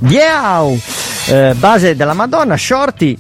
Base della Madonna, Shorty.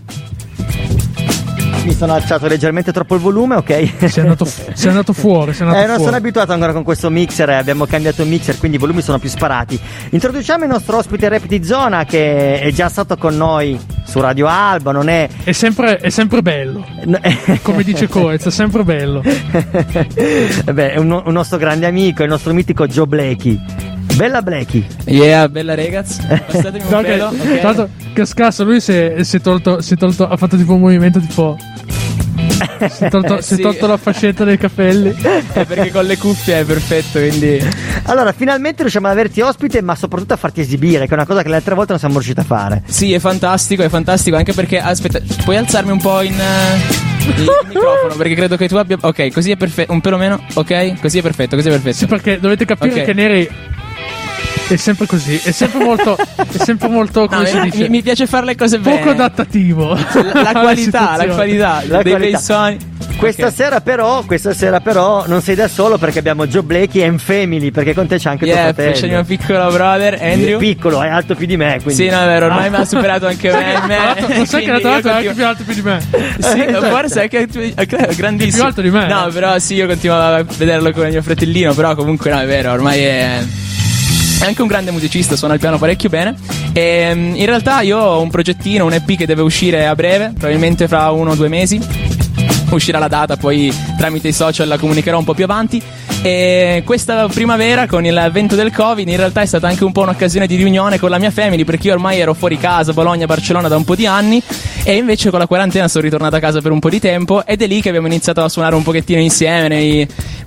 Mi sono alzato leggermente troppo il volume, ok? Sei andato fuori. Non sono abituato ancora con questo mixer, abbiamo cambiato il mixer, quindi i volumi sono più sparati. Introduciamo il nostro ospite rap di zona, che è già stato con noi su Radio Alba, non è... È sempre bello. Come dice Coez, è sempre bello. Beh, è un nostro grande amico, il nostro mitico Joe Blakey. Bella Blakey. Yeah, bella ragazzi. Passtatemi un pelo. Okay. Tra l'altro, che scasso, lui si è tolto, ha fatto tipo un movimento tipo... Si è tolto la fascetta dei capelli. Perché con le cuffie è perfetto, quindi... Allora, finalmente riusciamo ad averti ospite, ma soprattutto a farti esibire, che è una cosa che le altre volte non siamo riusciti a fare. Sì, è fantastico, anche perché... Aspetta, puoi alzarmi un po' il microfono, perché credo che tu abbia... Ok, così è perfetto, un pelo meno, ok? Così è perfetto. Sì, perché dovete capire che Neri... È sempre così, è sempre molto come si dice? Mi piace fare le cose bene. Poco adattativo. La qualità dei bei suoni. Questa sera però non sei da solo, perché abbiamo Joe Blakey and Family, perché con te c'è anche tuo fratello. C'è il mio piccolo brother Andrew. È piccolo, è alto più di me, quindi. Sì, no, è vero, ormai mi ha superato anche me. Non sai che è anche più alto più di me. Sì, forse anche grandissimo. Più alto di me. No, però sì, io continuo a vederlo con il mio fratellino, però comunque no, è vero, ormai è anche un grande musicista, suona il piano parecchio bene. E in realtà io ho un progettino, un EP che deve uscire a breve, probabilmente fra 1 o 2 mesi. Uscirà la data, poi tramite i social la comunicherò un po' più avanti. E questa primavera, con il vento del Covid, in realtà è stata anche un po' un'occasione di riunione con la mia family, perché io ormai ero fuori casa, Bologna, Barcellona, da un po' di anni, e invece con la quarantena sono ritornato a casa per un po' di tempo, ed è lì che abbiamo iniziato a suonare un pochettino insieme nei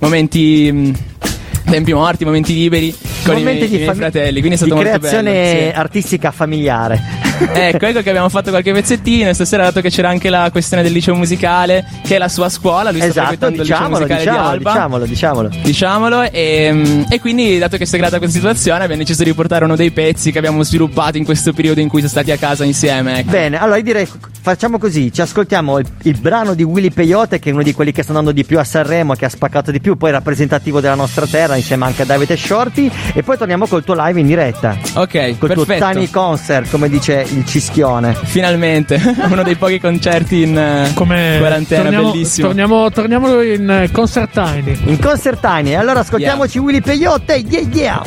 tempi morti, momenti liberi con i miei fratelli, quindi è stato molto bello. Creazione artistica familiare. Ecco che abbiamo fatto qualche pezzettino, e stasera, dato che c'era anche la questione del liceo musicale, che è la sua scuola, lui sta frequentando il liceo musicale di Alba. Diciamolo. E quindi, dato che si è creata questa situazione, abbiamo deciso di portare uno dei pezzi che abbiamo sviluppato in questo periodo in cui siamo stati a casa insieme, ecco. Bene, allora io direi facciamo così, ci ascoltiamo il brano di Willy Peyote, che è uno di quelli che sta andando di più a Sanremo, che ha spaccato di più, poi rappresentativo della nostra terra, insieme anche a Davide Shorty, e poi torniamo col tuo live in diretta. Ok, col perfetto. Tuo Tiny Concert, come dice il Cischione. Finalmente, uno dei pochi concerti in quarantena, bellissimo. Torniamo in Concert Tiny. In Concert Tiny, allora ascoltiamoci Willy Peyote, yeah!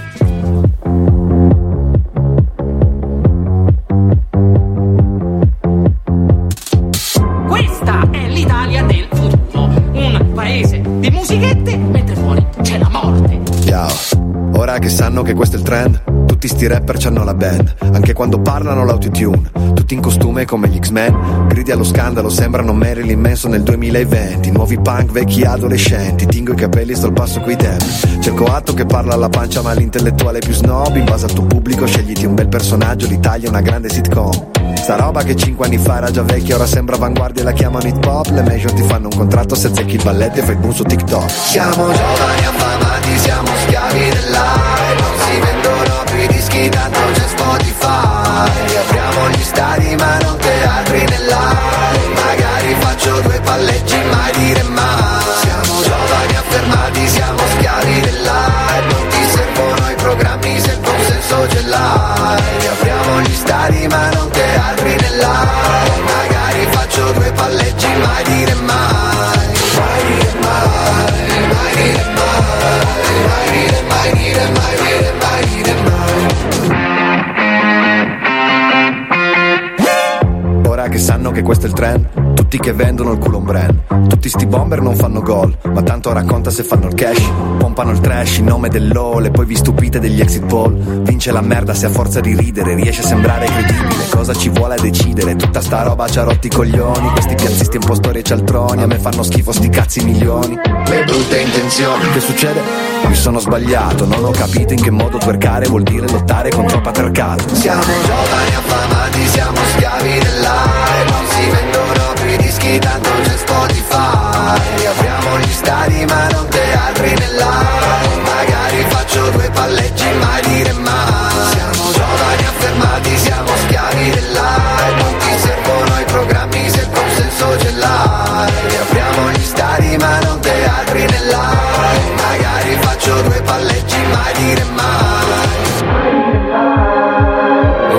Questa è l'Italia del futuro, un paese di musichette, mentre fuori c'è la morte. Ora che sanno che questo è il trend, tutti sti rapper c'hanno la band, anche quando parlano l'autotune, tutti in costume come gli X-Men, gridi allo scandalo, sembrano Marilyn Manson nel 2020, nuovi punk, vecchi adolescenti, tingo i capelli, sto al passo coi tempi, cerco atto che parla alla pancia ma l'intellettuale più snob, in base al tuo pubblico scegliti un bel personaggio, l'Italia è una grande sitcom. Sta roba che 5 anni fa era già vecchia, ora sembra avanguardia e la chiamano hip hop. Le major ti fanno un contratto se azzecchi il balletto e fai il boom su TikTok. Siamo giovani affamati, siamo schiavi dell'hype, non si vendono più i dischi, tanto c'è Spotify. Apriamo gli stadi ma non teatri nell'aria, magari faccio 2 palleggi, mai dire mai. Siamo giovani affermati, siamo schiavi dell'hype, non ti servono i programmi se il consenso ce l'hai. Apriamo gli stadi ma non teatri nell'aria, magari faccio 2 palleggi, mai dire mai. Mai dire mai, mai dire mai, mai dire mai, dire mai, dire mai, dire mai. Ora che sanno che questo è il trend, tutti che vendono il culo un brand, tutti sti bomber non fanno gol, ma tanto racconta se fanno il cash, pompano il trash in nome dell'ole, poi vi stupite degli exit poll, vince la merda se a forza di ridere riesce a sembrare credibile, cosa ci vuole a decidere, tutta sta roba ci ha rotti i coglioni, questi piazzisti impostori e cialtroni, a me fanno schifo sti cazzi milioni, le brutte intenzioni, che succede? Mi sono sbagliato, non ho capito in che modo twerkare vuol dire lottare contro il patriarcato. Siamo giovani affamati, siamo schiavi dell'hype, non si vendono più i dischi, tanto c'è Spotify. Apriamo gli stadi ma non teatri nell'aria, magari faccio 2 palleggi, mai dire mai. Siamo giovani affermati, siamo schiavi dell'hype, non ti servono i programmi se il consenso ce l'hai. Apriamo gli stadi ma non teatri nell'aria, magari faccio 2 palleggi, mai dire mai.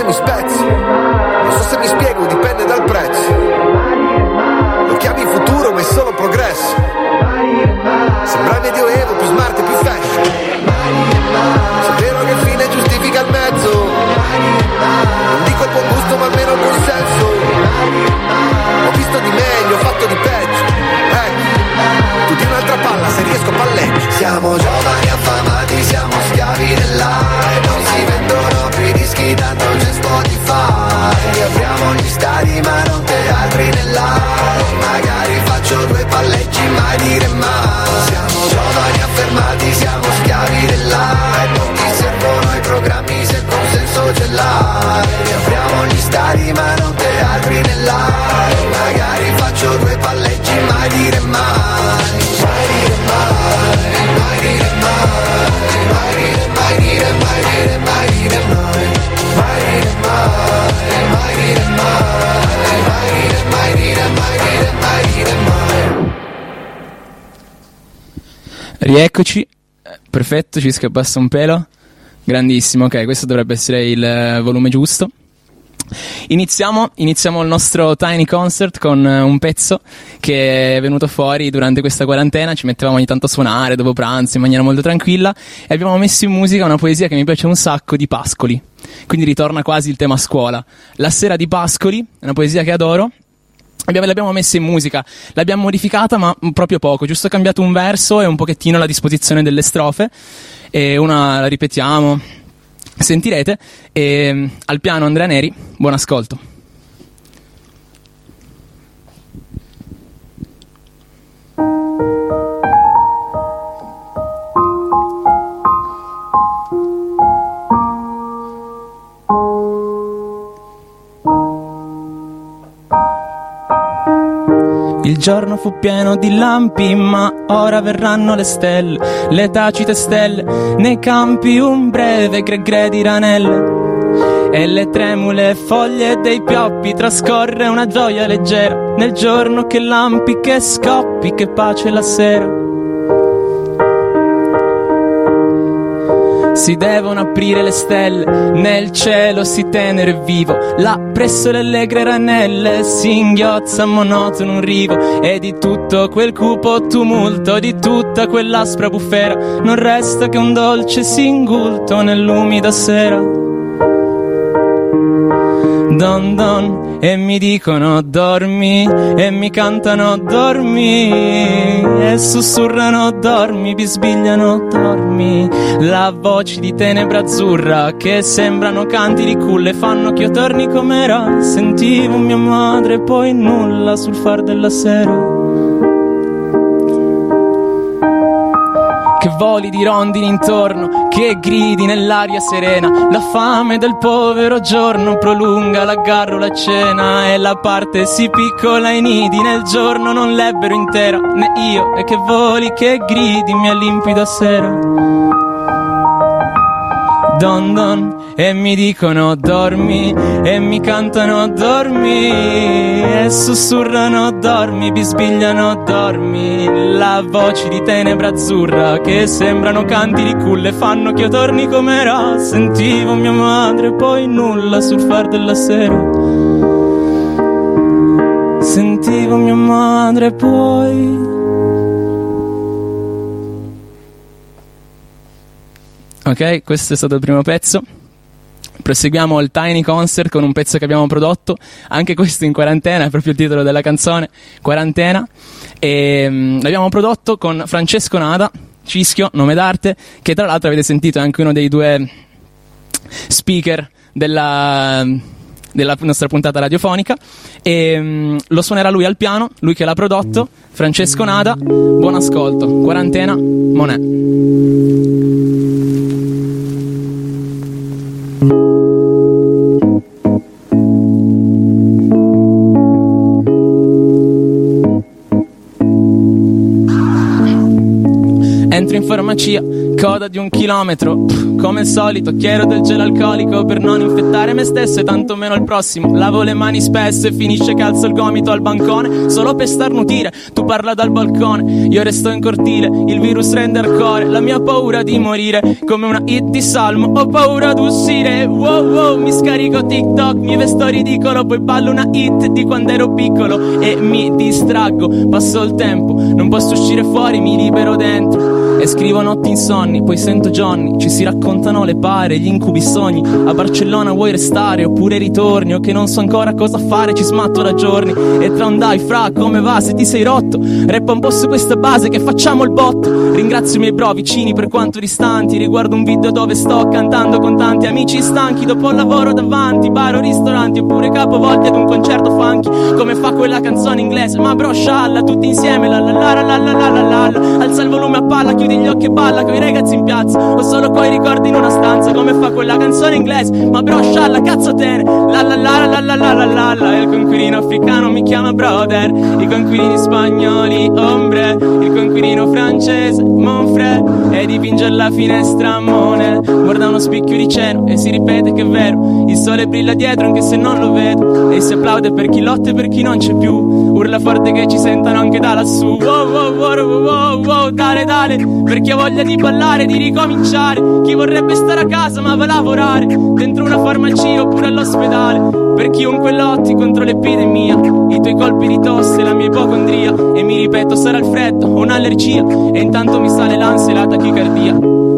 mi spezzi, non so se mi spiego, dipende dal prezzo. Lo chiami futuro ma è solo progresso. Sembra il medioevo, più smart e più fashion. Se è vero che il fine giustifica il mezzo, non dico il buon gusto ma almeno il buon senso. Ho visto di meglio, ho fatto di peggio. Tu di un'altra palla, se riesco palleggio. Siamo giovani affamati, siamo schiavi dell'hype. Non si vendono più i dischi, tanto c'è Spotify. Riapriamo gli stadi ma non teatri nell'aria. Magari faccio 2 palleggi, mai dire mai. Siamo giovani affermati, siamo schiavi dell'hype. Non ti servono i programmi se il consenso ce l'hai. Riapriamo gli stadi ma non teatri nell'aria. Magari faccio 2 palleggi, mai dire mai. Mai dire mai, mai dire mai. Mai dire, mai dire, mai dire, mai dire mai. Mai dire mai, mai dire mai. Mai dire, mai dire, mai dire, mai dire mai. Rieccoci, perfetto, ci si abbassa un pelo, grandissimo, ok, questo dovrebbe essere il volume giusto. Iniziamo il nostro Tiny Concert con un pezzo che è venuto fuori durante questa quarantena. Ci mettevamo ogni tanto a suonare dopo pranzo in maniera molto tranquilla e abbiamo messo in musica una poesia che mi piace un sacco di Pascoli, quindi ritorna quasi il tema scuola. La sera di Pascoli, una poesia che adoro. L'abbiamo messa in musica, l'abbiamo modificata ma proprio poco, giusto cambiato un verso e un pochettino la disposizione delle strofe e una la ripetiamo, sentirete. E al piano Andrea Neri, buon ascolto. Il giorno fu pieno di lampi, ma ora verranno le stelle, le tacite stelle, nei campi un breve gre-gre di ranelle. E le tremule foglie dei pioppi trascorre una gioia leggera, nel giorno che lampi, che scoppi, che pace la sera. Si devono aprire le stelle, nel cielo si tenere vivo, là presso le allegre ranelle si inghiozza monotono un rivo. E di tutto quel cupo tumulto, di tutta quell'aspra bufera, non resta che un dolce singulto nell'umida sera. Don don, e mi dicono dormi, e mi cantano dormi, e sussurrano dormi, bisbigliano dormi. La voce di tenebra azzurra che sembrano canti di culle fanno che io torni com'era. Sentivo mia madre, poi nulla sul far della sera. Che voli di rondini intorno, che gridi nell'aria serena. La fame del povero giorno prolunga l'aggarro, la cena. E la parte si piccola i nidi nel giorno non l'ebbero intera, né io. E che voli, che gridi mia limpida sera. Don don, e mi dicono dormi, e mi cantano dormi, e sussurrano dormi, bisbigliano dormi. La voce di tenebra azzurra che sembrano canti di culle fanno che io torni com'era. Sentivo mia madre, poi nulla sul far della sera. Sentivo mia madre, poi... Ok, questo è stato il primo pezzo. Proseguiamo il Tiny Concert con un pezzo che abbiamo prodotto, anche questo in quarantena, è proprio il titolo della canzone, Quarantena. E l'abbiamo prodotto con Francesco Nada, Cischio, nome d'arte, che tra l'altro avete sentito è anche uno dei 2 speaker della nostra puntata radiofonica. E lo suonerà lui al piano, lui che l'ha prodotto, Francesco Nada. Buon ascolto, Quarantena, Monet. Entro in farmacia, Coda di 1 chilometro, come al solito chiedo del gelo alcolico per non infettare me stesso e tanto meno il prossimo. Lavo le mani spesso e finisce che alzo il gomito al bancone solo per starnutire. Tu parla dal balcone, io resto in cortile, il virus rende hardcore la mia paura di morire. Come una hit di salmo ho paura di uscire. Wow wow, mi scarico TikTok, mi vesto ridicolo, poi ballo una hit di quando ero piccolo e mi distraggo. Passo il tempo, non posso uscire fuori, mi libero dentro e scrivo notti insonni, poi sento Johnny, ci si raccontano le pare, gli incubi sogni. A Barcellona vuoi restare oppure ritorni? O che non so ancora cosa fare, ci smatto da giorni. E tra un dai fra, come va se ti sei rotto? Rappa un po' su questa base che facciamo il botto. Ringrazio i miei bro vicini per quanto distanti. Riguardo un video dove sto cantando con tanti amici stanchi. Dopo il lavoro davanti, bar o ristoranti, oppure capovolti ad un concerto funky. Come fa quella canzone inglese, ma bro scialla, tutti insieme la la la la la la la la la. Alza il volume a palla, chiudi gli occhi e balla coi ragazzi in piazza o solo coi ricordi in una stanza. Come fa quella canzone inglese, ma bro scialla, cazzo te ne la la la la la la la la la. Il conquilino africano mi chiama brother, i conquilini spagnoli ombre, il conquilino francese monfre e dipinge alla finestra amone. Guarda uno spicchio di cielo e si ripete che è vero, il sole brilla dietro anche se non lo vedo e si applaude per chi lotta e per chi non c'è più. Urla forte che ci sentano anche da lassù. Wow wow wow wow wow, wow dale dale, per chi ha voglia di ballare, di ricominciare. Chi vorrebbe stare a casa ma va a lavorare dentro una farmacia oppure all'ospedale. Per chiunque lotti contro l'epidemia, i tuoi colpi di tosse, la mia ipocondria. E mi ripeto sarà il freddo o un'allergia, e intanto mi sale l'ansia e la tachicardia.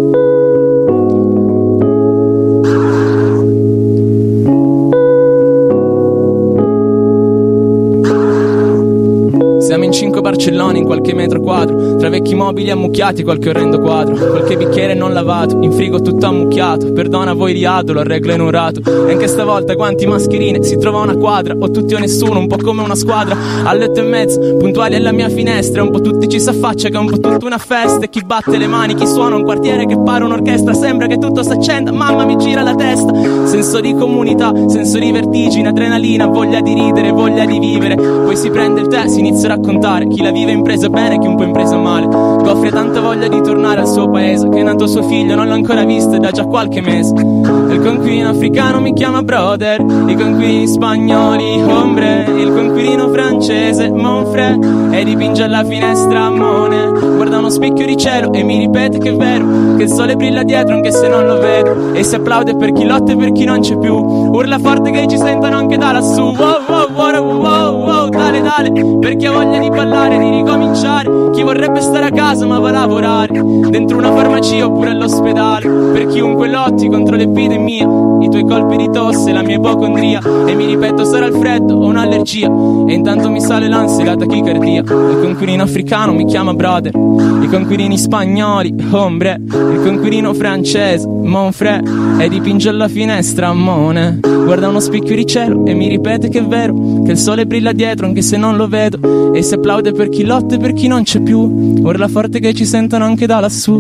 Siamo in 5 Barcellone in qualche metro quadro, tra vecchi mobili ammucchiati qualche orrendo quadro, qualche bicchiere non lavato, in frigo tutto ammucchiato. Perdona voi riado, lo arreglo in un rato. E anche stavolta quanti mascherine, si trova una quadra, o tutti o nessuno, un po' come una squadra. Alle 8:30, puntuali alla mia finestra, un po' tutti ci s'affaccia che è un po' tutta una festa. E chi batte le mani, chi suona un quartiere che pare un'orchestra, sembra che tutto s'accenda, mamma mi gira la testa. Senso di comunità, senso di vertigine, adrenalina, voglia di ridere, voglia di vivere. Poi si prende il tè, si inizia a raccontare chi la vive impresa bene, chi un po' impresa male. Goffre ha tanta voglia di tornare al suo paese, che è nato suo figlio, non l'ha ancora visto da già qualche mese. Il conquilino africano mi chiama brother, i conquilini spagnoli ombre, il conquilino francese monfre e dipinge alla finestra amone. Guarda uno specchio di cielo e mi ripete che è vero, che il sole brilla dietro anche se non lo vedo, e si applaude per chi lotta e per chi non c'è più. Urla forte che ci sentono anche da lassù. Wow wow wow wow wow, dale dale, per chi ha voglia di ballare, di ricominciare. Chi vorrebbe stare a casa ma va a lavorare dentro una farmacia oppure all'ospedale. Per chiunque lotti contro l'epidemia, i tuoi colpi di tosse, la mia ipocondria. E mi ripeto sarà il freddo o un'allergia, e intanto mi sale l'ansia e la tachicardia. Il conquilino africano mi chiama brother, i conquilini spagnoli ombre, il conquilino francese monfre e dipinge alla finestra amone. Guarda uno spicchio di cielo e mi ripete che è vero, che il sole brilla dietro anche se non lo vedo, e si applaude per chi lotta e per chi non c'è più. Urla forte che ci sentono anche da lassù.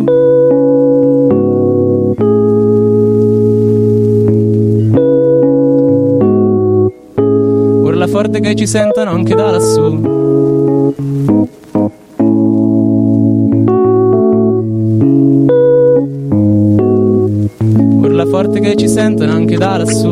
Urla forte che ci sentono anche da lassù. Urla forte che ci sentono anche da lassù.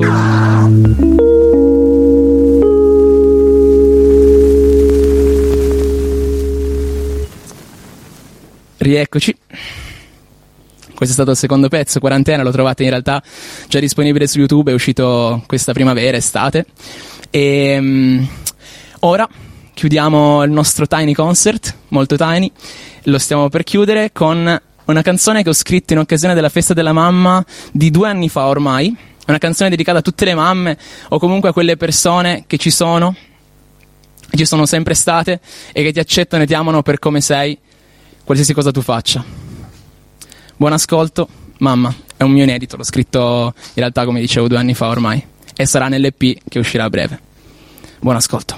Rieccoci. Questo è stato il secondo pezzo, Quarantena, lo trovate in realtà già disponibile su YouTube, è uscito questa primavera, estate. E ora chiudiamo il nostro Tiny Concert, molto tiny, lo stiamo per chiudere con una canzone che ho scritto in occasione della festa della mamma di 2 anni fa ormai, una canzone dedicata a tutte le mamme o comunque a quelle persone che ci sono sempre state e che ti accettano e ti amano per come sei, qualsiasi cosa tu faccia. Buon ascolto, mamma, è un mio inedito, l'ho scritto in realtà come dicevo 2 anni fa ormai e sarà nell'EP che uscirà a breve. Buon ascolto.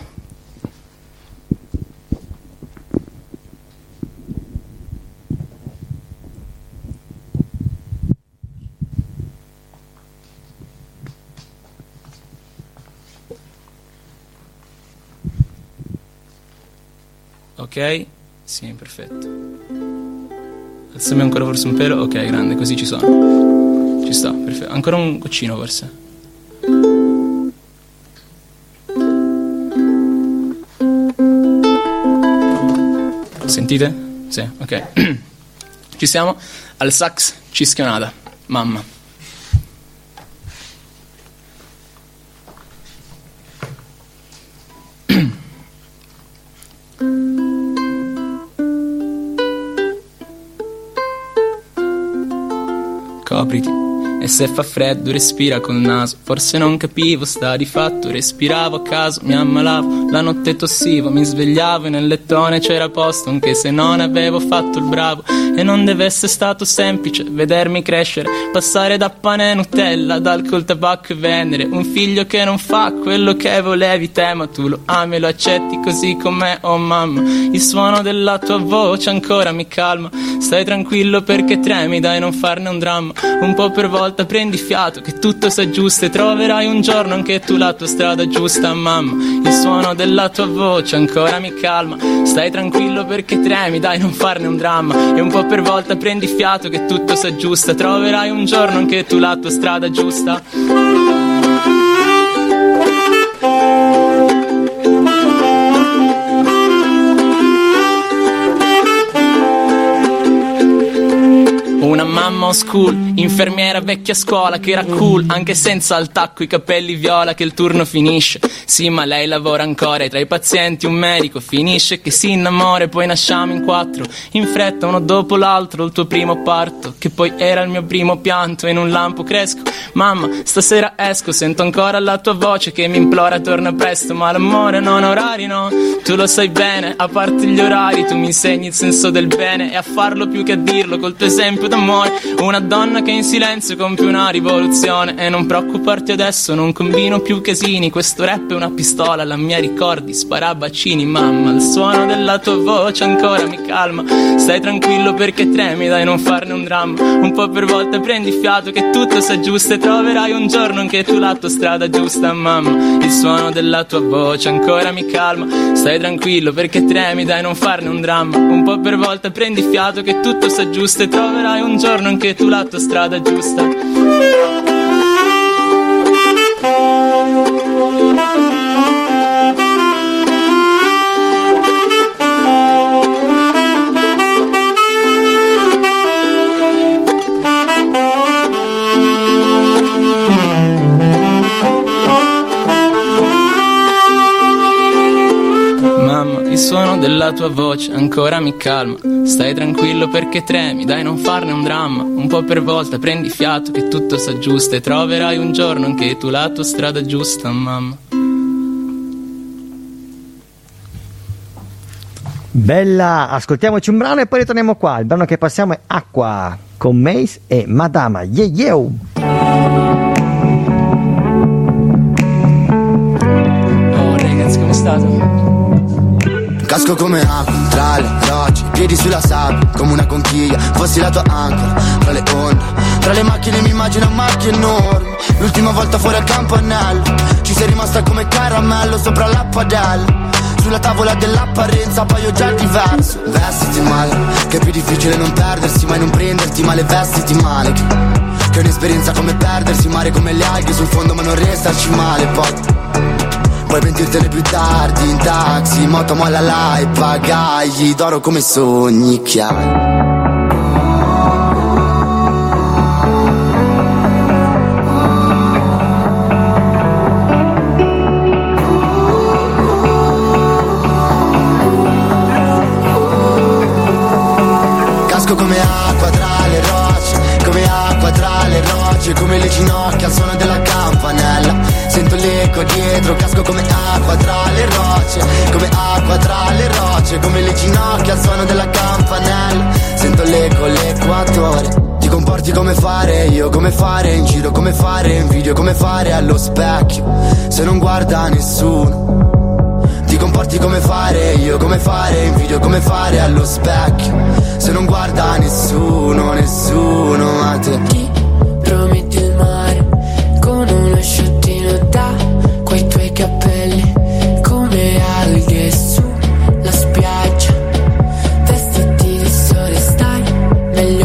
Ok? Sì, perfetto. Alzami ancora forse un pelo. Ok, grande, così ci sono. Ci sta, perfetto. Ancora un goccino forse. Sentite? Sì, ok. Ci siamo. Al sax Cischionata, mamma. Copriti. E se fa freddo respira col naso. Forse non capivo, sta di fatto. Respiravo a caso, mi ammalavo. La notte tossivo, mi svegliavo e nel lettone c'era posto, anche se non avevo fatto il bravo. E non deve essere stato semplice vedermi crescere, passare da pane e Nutella, da alcol, tabacco e Venere. Un figlio che non fa quello che volevi te, ma tu lo ami e lo accetti così com'è, oh mamma. Il suono della tua voce ancora mi calma. Stai tranquillo perché tremi, dai non farne un dramma. Un po' per volta prendi fiato, che tutto si aggiusta e troverai un giorno anche tu la tua strada giusta, mamma. Il suono della tua voce ancora mi calma. Stai tranquillo perché tremi, dai non farne un dramma. E un po' per volta prendi fiato, che tutto si aggiusta, troverai un giorno anche tu la tua strada giusta. Una mamma old school, infermiera vecchia scuola che era cool, anche senza il tacco, i capelli viola, che il turno finisce. Sì, ma lei lavora ancora e tra i pazienti un medico. Finisce che si innamora e poi nasciamo in 4, in fretta uno dopo l'altro, il tuo primo parto, che poi era il mio primo pianto. E in un lampo cresco, mamma, stasera esco, sento ancora la tua voce che mi implora torna presto. Ma l'amore non ha orari, no, tu lo sai bene, a parte gli orari tu mi insegni il senso del bene, e a farlo più che a dirlo col tuo esempio d'amore. Una donna che in silenzio compie una rivoluzione. E non preoccuparti adesso, non combino più casini, questo rap è una pistola, la mia ricordi, spara bacini. Mamma, il suono della tua voce ancora mi calma. Stai tranquillo perché tremi, dai non farne un dramma. Un po' per volta prendi fiato, che tutto si aggiusta e troverai un giorno anche tu la tua strada giusta, mamma. Il suono della tua voce ancora mi calma. Stai tranquillo perché tremi, dai non farne un dramma. Un po' per volta prendi fiato, che tutto si aggiusta e troverai un giorno anche tu la tua strada giusta. Il suono della tua voce ancora mi calma. Stai tranquillo perché tremi, dai non farne un dramma. Un po' per volta prendi fiato, che tutto si aggiusta e troverai un giorno anche tu la tua strada giusta, mamma. Bella, ascoltiamoci un brano e poi ritorniamo qua. Il brano che passiamo è Acqua con Mace e Madama. Yeah, yeah. Oh ragazzi, come state? Casco come acqua, tra le rocce, piedi sulla sabbia, come una conchiglia, fossi la tua ancora, tra le onde, tra le macchine mi immagino macchie enormi, l'ultima volta fuori al campanello, ci sei rimasta come caramello sopra la padella, sulla tavola dell'apparenza paio già diverso, vestiti male, che è più difficile non perdersi, mai non prenderti male, vestiti male, che è un'esperienza come perdersi, mare come le alghe sul fondo ma non restarci male, puoi pentirtene più tardi in taxi, moto molla là e pagagli d'oro come sogni che hai. Casco come acqua tra le rocce, come acqua tra le rocce, come le ginocchia al suono della campanella. Sento l'eco dietro, casco come acqua tra le rocce, come acqua tra le rocce, come le ginocchia al suono della campanella. Sento l'eco, l'equatore. Ti comporti come fare io, come fare in giro, come fare in video, come fare allo specchio, se non guarda nessuno. Ti comporti come fare io, come fare in video, come fare allo specchio, se non guarda nessuno, nessuno, ma te. Ti prometti il mare con uno sciottino da quei tuoi capelli, come alghe sulla spiaggia, vestiti di sole, stai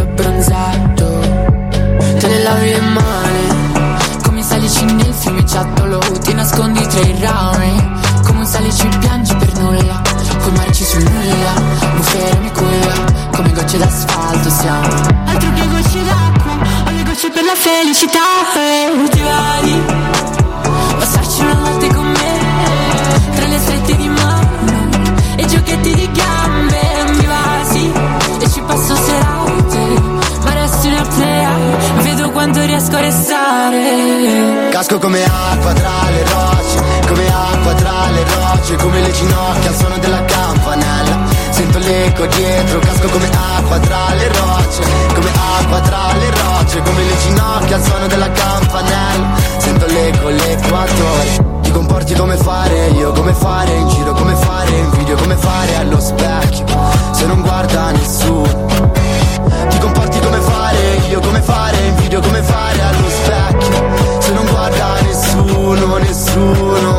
gocce d'asfalto siamo. Altro che gocce d'acqua, ho le gocce per la felicità. Ti va di passarci una notte con me, tra le strette di mano e giochetti di gambe. Mi va sì, e ci passo serate, ma resto in apnea, vedo quanto riesco a restare. Casco come acqua tra le rocce, come acqua tra le rocce, come le ginocchia al suono della campanella. Sento l'eco dietro, casco come acqua tra le rocce, come acqua tra le rocce, come le ginocchia al suono della campanella. Sento l'eco, l'equatore. Ti comporti come fare io, come fare in giro, come fare in video, come fare allo specchio, se non guarda nessuno. Ti comporti come fare io, come fare in video, come fare allo specchio, se non guarda nessuno, nessuno.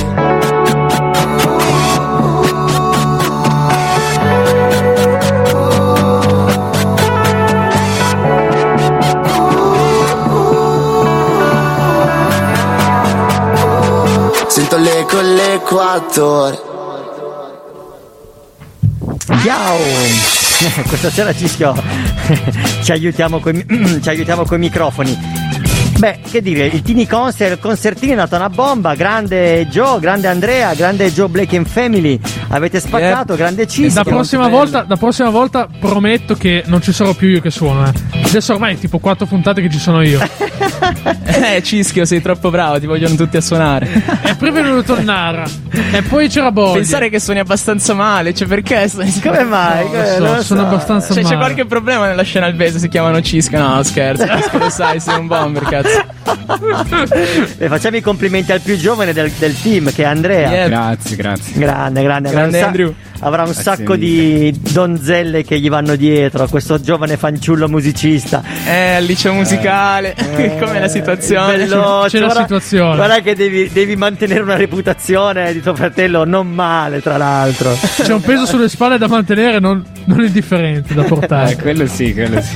Sento l'eco, l'equatore. Ciao! Questa sera Cischio ci aiutiamo coi microfoni. Beh, che dire, il Tini Concert, il concertino è nata una bomba. Grande Joe, grande Andrea, grande Joe Black and Family. Avete spaccato, grande Cischio. La prossima volta prometto che non ci sarò più io che suono. Adesso ormai è tipo 4 puntate che ci sono io. Cischio, sei troppo bravo, ti vogliono tutti a suonare. E prima è venuto il Nara, e poi c'era Boy. Pensare che suoni abbastanza male, cioè perché? Come mai? Sono abbastanza male. C'è qualche problema nella scena albese, si chiamano Cischio. No, scherzo, Cischio, lo sai, sei un bomber, cazzo. Facciamo i complimenti al più giovane del team, che è Andrea. Yeah. Grazie. Grande Andrew. Avrà un sacco di donzelle che gli vanno dietro a questo giovane fanciullo musicista. Al liceo musicale. Com'è la situazione? C'è la situazione. Guarda che devi mantenere una reputazione di tuo fratello non male, tra l'altro. C'è un peso sulle spalle da mantenere non indifferente da portare. Quello sì.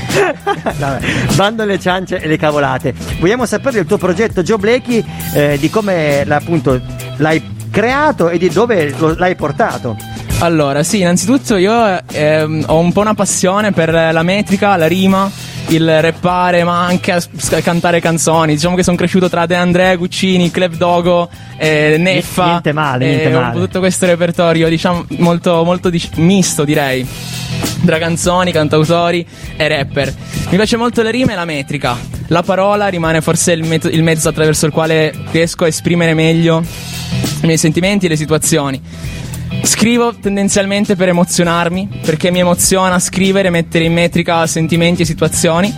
Vabbè, bando le ciance e le cavolate. Vogliamo sapere del tuo progetto Joe Blakey, di come appunto l'hai creato e di dove l'hai portato. Allora, sì, innanzitutto io ho un po' una passione per la metrica, la rima, il rappare, ma anche a cantare canzoni. Diciamo che sono cresciuto tra De André, Guccini, Club Dogo, Neffa. Niente male. Un po' tutto questo repertorio, diciamo, molto misto, direi, tra canzoni, cantautori e rapper. Mi piace molto le rime e la metrica. La parola rimane forse il mezzo attraverso il quale riesco a esprimere meglio i miei sentimenti e le situazioni. Scrivo tendenzialmente per emozionarmi, perché mi emoziona scrivere, mettere in metrica sentimenti e situazioni.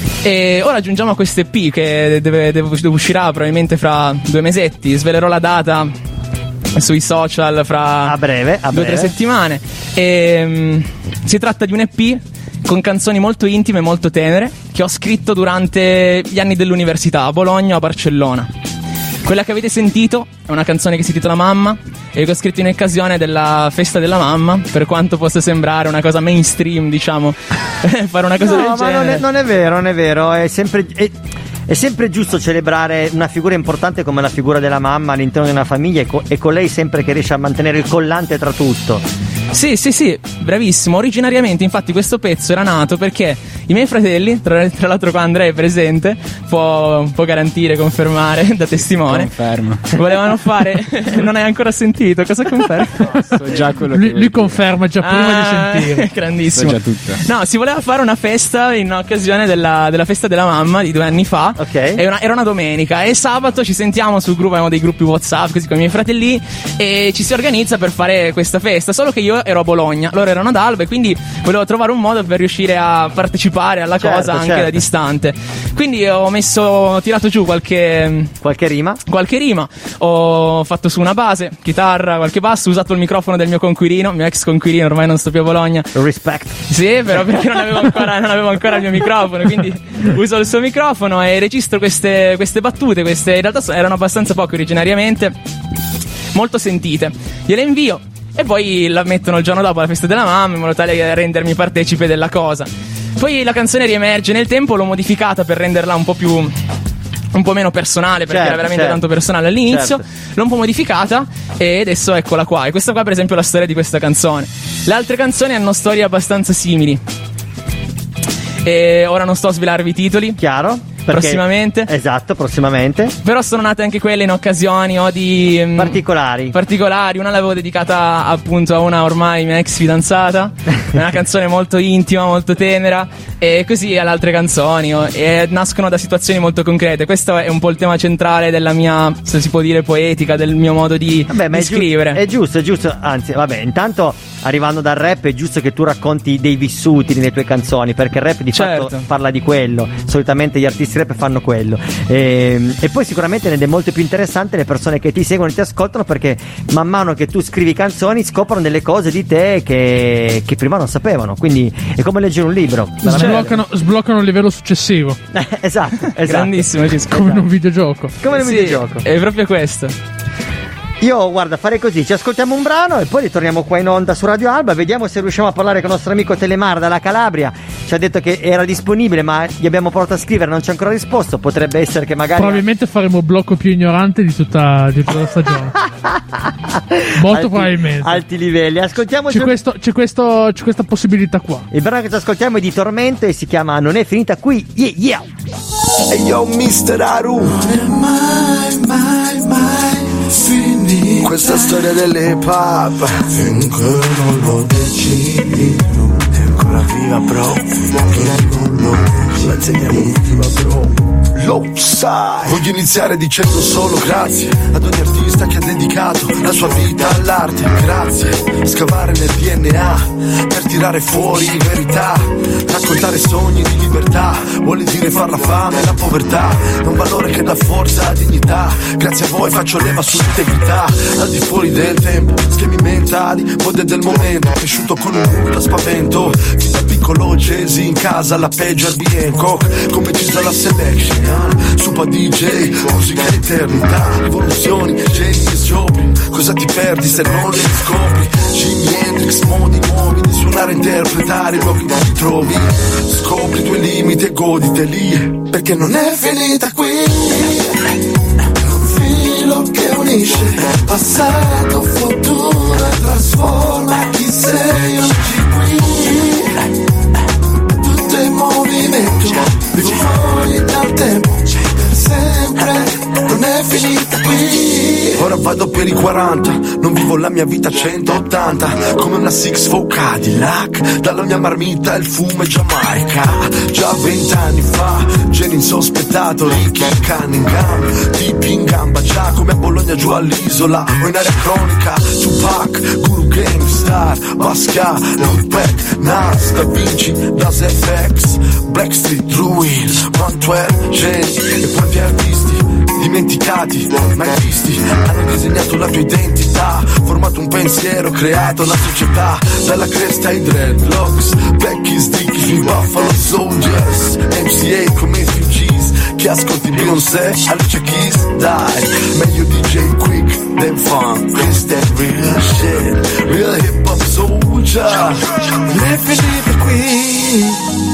E ora giungiamo a questo EP che uscirà probabilmente fra 2 mesetti. Svelerò la data sui social fra a breve. 2 o 3 settimane. Si tratta di un EP con canzoni molto intime, molto tenere, che ho scritto durante gli anni dell'università a Bologna o a Barcellona. Quella che avete sentito è una canzone che si intitola Mamma e che ho scritto in occasione della festa della mamma, per quanto possa sembrare una cosa mainstream, diciamo, fare una cosa del genere. Ma non è vero, è sempre giusto celebrare una figura importante come la figura della mamma all'interno di una famiglia, e con lei sempre che riesce a mantenere il collante tra tutto. Sì, bravissimo. Originariamente, infatti, questo pezzo era nato perché i miei fratelli, tra l'altro qua Andrea è presente, può garantire, confermare da testimone. Confermo. Volevano fare. Non hai ancora sentito? Cosa conferma? So già quello che lui conferma già prima di sentire. Grandissimo. So già tutto. No, si voleva fare una festa in occasione della festa della mamma di 2 anni fa. Ok. Era una domenica e sabato ci sentiamo sul gruppo, avevamo dei gruppi WhatsApp così con i miei fratelli, e ci si organizza per fare questa festa. Solo che io ero a Bologna, loro erano ad Alba, e quindi volevo trovare un modo per riuscire a partecipare alla cosa anche da distante. Quindi ho tirato giù qualche rima, ho fatto su una base, chitarra, qualche basso, ho usato il microfono del mio ex conquilino, ormai non sto più a Bologna. Respect. Sì, però perché non avevo ancora il mio microfono, quindi uso il suo microfono e registro queste battute. Queste in realtà erano abbastanza poche originariamente, molto sentite. Gliele invio e poi la mettono il giorno dopo alla festa della mamma, in modo tale da rendermi partecipe della cosa. Poi la canzone riemerge nel tempo, l'ho modificata per renderla un po' meno personale, perché era veramente tanto personale all'inizio. L'ho un po' modificata e adesso eccola qua. E questa qua per esempio è la storia di questa canzone. Le altre canzoni hanno storie abbastanza simili. e ora non sto a svelarvi i titoli. Chiaro? Prossimamente. Esatto, prossimamente. Però sono nate anche quelle in occasioni di particolari. Una l'avevo dedicata appunto a una ormai mia ex fidanzata. È una canzone molto intima, molto tenera. E così alle altre canzoni. E nascono da situazioni molto concrete. Questo è un po' il tema centrale della mia, se si può dire, poetica, del mio modo di scrivere. È giusto. Anzi, vabbè, intanto arrivando dal rap è giusto che tu racconti dei vissuti nelle tue canzoni, perché il rap di fatto parla di quello. Solitamente gli artisti rap fanno quello, e poi sicuramente rende molto più interessante le persone che ti seguono e ti ascoltano, perché man mano che tu scrivi canzoni scoprono delle cose di te che prima non sapevano, quindi è come leggere un libro. Sbloccano il livello successivo. Esatto. Grandissimo, come in un videogioco. È proprio questo. Io, guarda, farei così: ci ascoltiamo un brano e poi ritorniamo qua in onda su Radio Alba. Vediamo se riusciamo a parlare con il nostro amico Telemar dalla Calabria. Ci ha detto che era disponibile, ma gli abbiamo provato a scrivere, non ci ha ancora risposto. Potrebbe essere che magari probabilmente faremo il blocco più ignorante di tutta la stagione. Molto probabilmente. Alti livelli. Ascoltiamoci. C'è questa possibilità qua. Il brano che ci ascoltiamo è di Tormento e si chiama Non è finita qui. Yeah. Hey yo, Mr. Aru. Mai finì questa storia dell'hip hop finché non lo decidi. È ancora viva, bro. Finché non lo decidi. La teniamo viva, bro. Lo sai. Voglio iniziare dicendo solo grazie ad ogni artista che ha dedicato la sua vita all'arte. Grazie. Scavare nel DNA per tirare fuori verità. Raccontare sogni di libertà vuole dire far la fame e la povertà. È un valore che dà forza, dignità. Grazie a voi faccio leva sull'integrità. Al di fuori del tempo, schemi mentali, mode del momento. Cresciuto con un mood da spavento. Fin da piccolo Jay-Z in casa, la peggio Airbnb. Come ci sta la selection, Supa DJ, musica eternità. Rivoluzioni, James Joplin. Cosa ti perdi se non le scopri? Jimi Hendrix, modi nuovi di suonare e interpretare i luoghi in cui ti trovi. Scopri i tuoi limiti e goditeli, perché non è finita qui. È un filo che unisce passato, futuro e trasforma chi sei oggi qui. Tutto in movimento, vivo fuori dal tempo, per sempre. Non è finita qui. Ora vado per i 40, non vivo la mia vita a 180. Come una Six Folk Cadillac, dalla mia marmita il fumo è Giamaica. Già 20 anni fa, genio insospettato, Ricky Cunningham, tipi in gamba, già come a Bologna giù all'isola o in area cronica. Tupac, Guru Gangstar, Basquiat, Lootback, Nas, Da Vinci, Das FX, Blackstreet, Ruin, 112, geni e poi gli artisti dimenticati, mai visti, hanno disegnato la tua identità, formato un pensiero, creato la società, dalla cresta ai dreadlocks, Becky's Dickies, Buffalo Soldiers, MCA come refugees, che ascolti Beyoncé, Alicia Keys, dai, meglio DJ Quick, than fun, is that real shit, real hip hop soldier. Non è finita qui.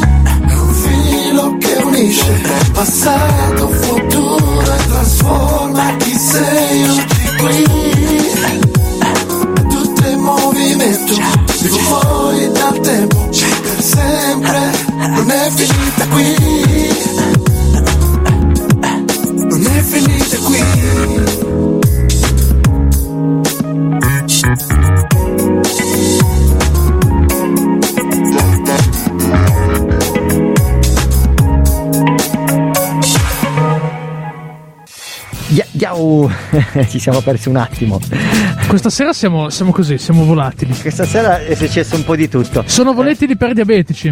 Che unisce passato, futuro e trasforma chi sei oggi qui. Tutto in movimento, vivo fuori dal tempo, per sempre. Non è finita qui. Non è finita qui. Ci siamo persi un attimo. Questa sera siamo così, siamo volatili. Questa sera è successo un po' di tutto. Sono volatili per diabetici.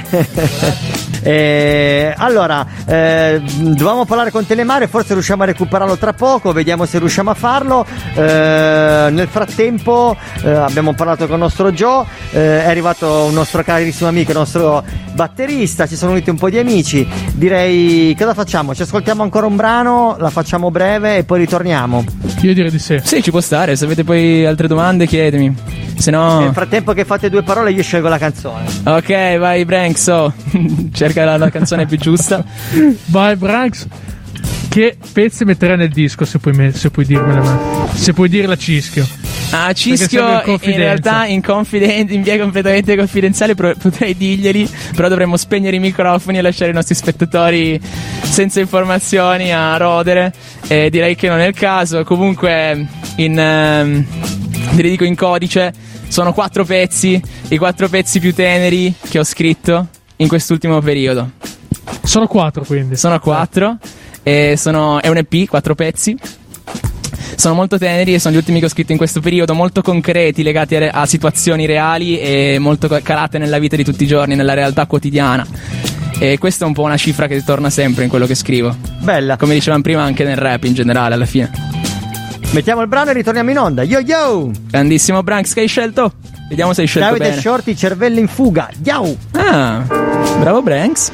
Allora, dovevamo parlare con Telemare, forse riusciamo a recuperarlo tra poco, vediamo se riusciamo a farlo. Nel frattempo abbiamo parlato con il nostro Joe, è arrivato un nostro carissimo amico, il nostro batterista, ci sono uniti un po' di amici. Direi, cosa facciamo? Ci ascoltiamo ancora un brano, la facciamo breve e poi ritorniamo. Io direi di sì. Sì, ci può stare, se avete poi altre domande chiedetemi. Se no... Nel frattempo che fate due parole io scelgo la canzone. Ok, vai Branks, cerca la canzone più giusta. Vai Branks. Che pezzi metterai nel disco, se puoi dirmela, se puoi dirla Cischio. Cischio in realtà in via completamente confidenziale potrei dirglieli, però dovremmo spegnere i microfoni e lasciare i nostri spettatori senza informazioni a rodere, direi che non è il caso. Comunque ve li dico in codice, sono 4 pezzi, i 4 pezzi più teneri che ho scritto in quest'ultimo periodo. Sono 4 quindi. Sono 4 è un EP, 4 pezzi. Sono molto teneri e sono gli ultimi che ho scritto in questo periodo, molto concreti, legati a situazioni reali e molto calate nella vita di tutti i giorni, nella realtà quotidiana. E questa è un po' una cifra che torna sempre in quello che scrivo. Bella. Come dicevamo prima anche nel rap in generale, alla fine. Mettiamo il brano e ritorniamo in onda. Yo yo! Grandissimo Branks che hai scelto. Vediamo se hai scelto Davide bene. Shorty, cervello in fuga. Yo! Ah, bravo Branks.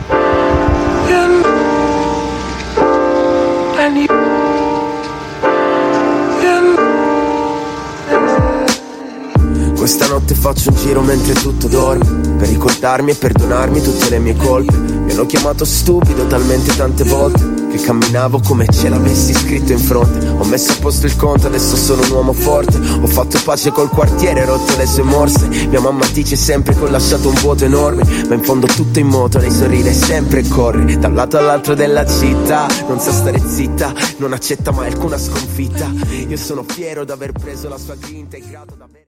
Questa notte faccio un giro mentre tutto dorme, per ricordarmi e perdonarmi tutte le mie colpe. Mi hanno chiamato stupido talmente tante volte che camminavo come ce l'avessi scritto in fronte. Ho messo a posto il conto, adesso sono un uomo forte. Ho fatto pace col quartiere, rotto le sue morse. Mia mamma dice sempre che ho lasciato un vuoto enorme, ma in fondo tutto in moto, lei sorride sempre e corre da un lato all'altro della città. Non sa stare zitta, non accetta mai alcuna sconfitta. Io sono fiero d'aver preso la sua grinta e grato davvero.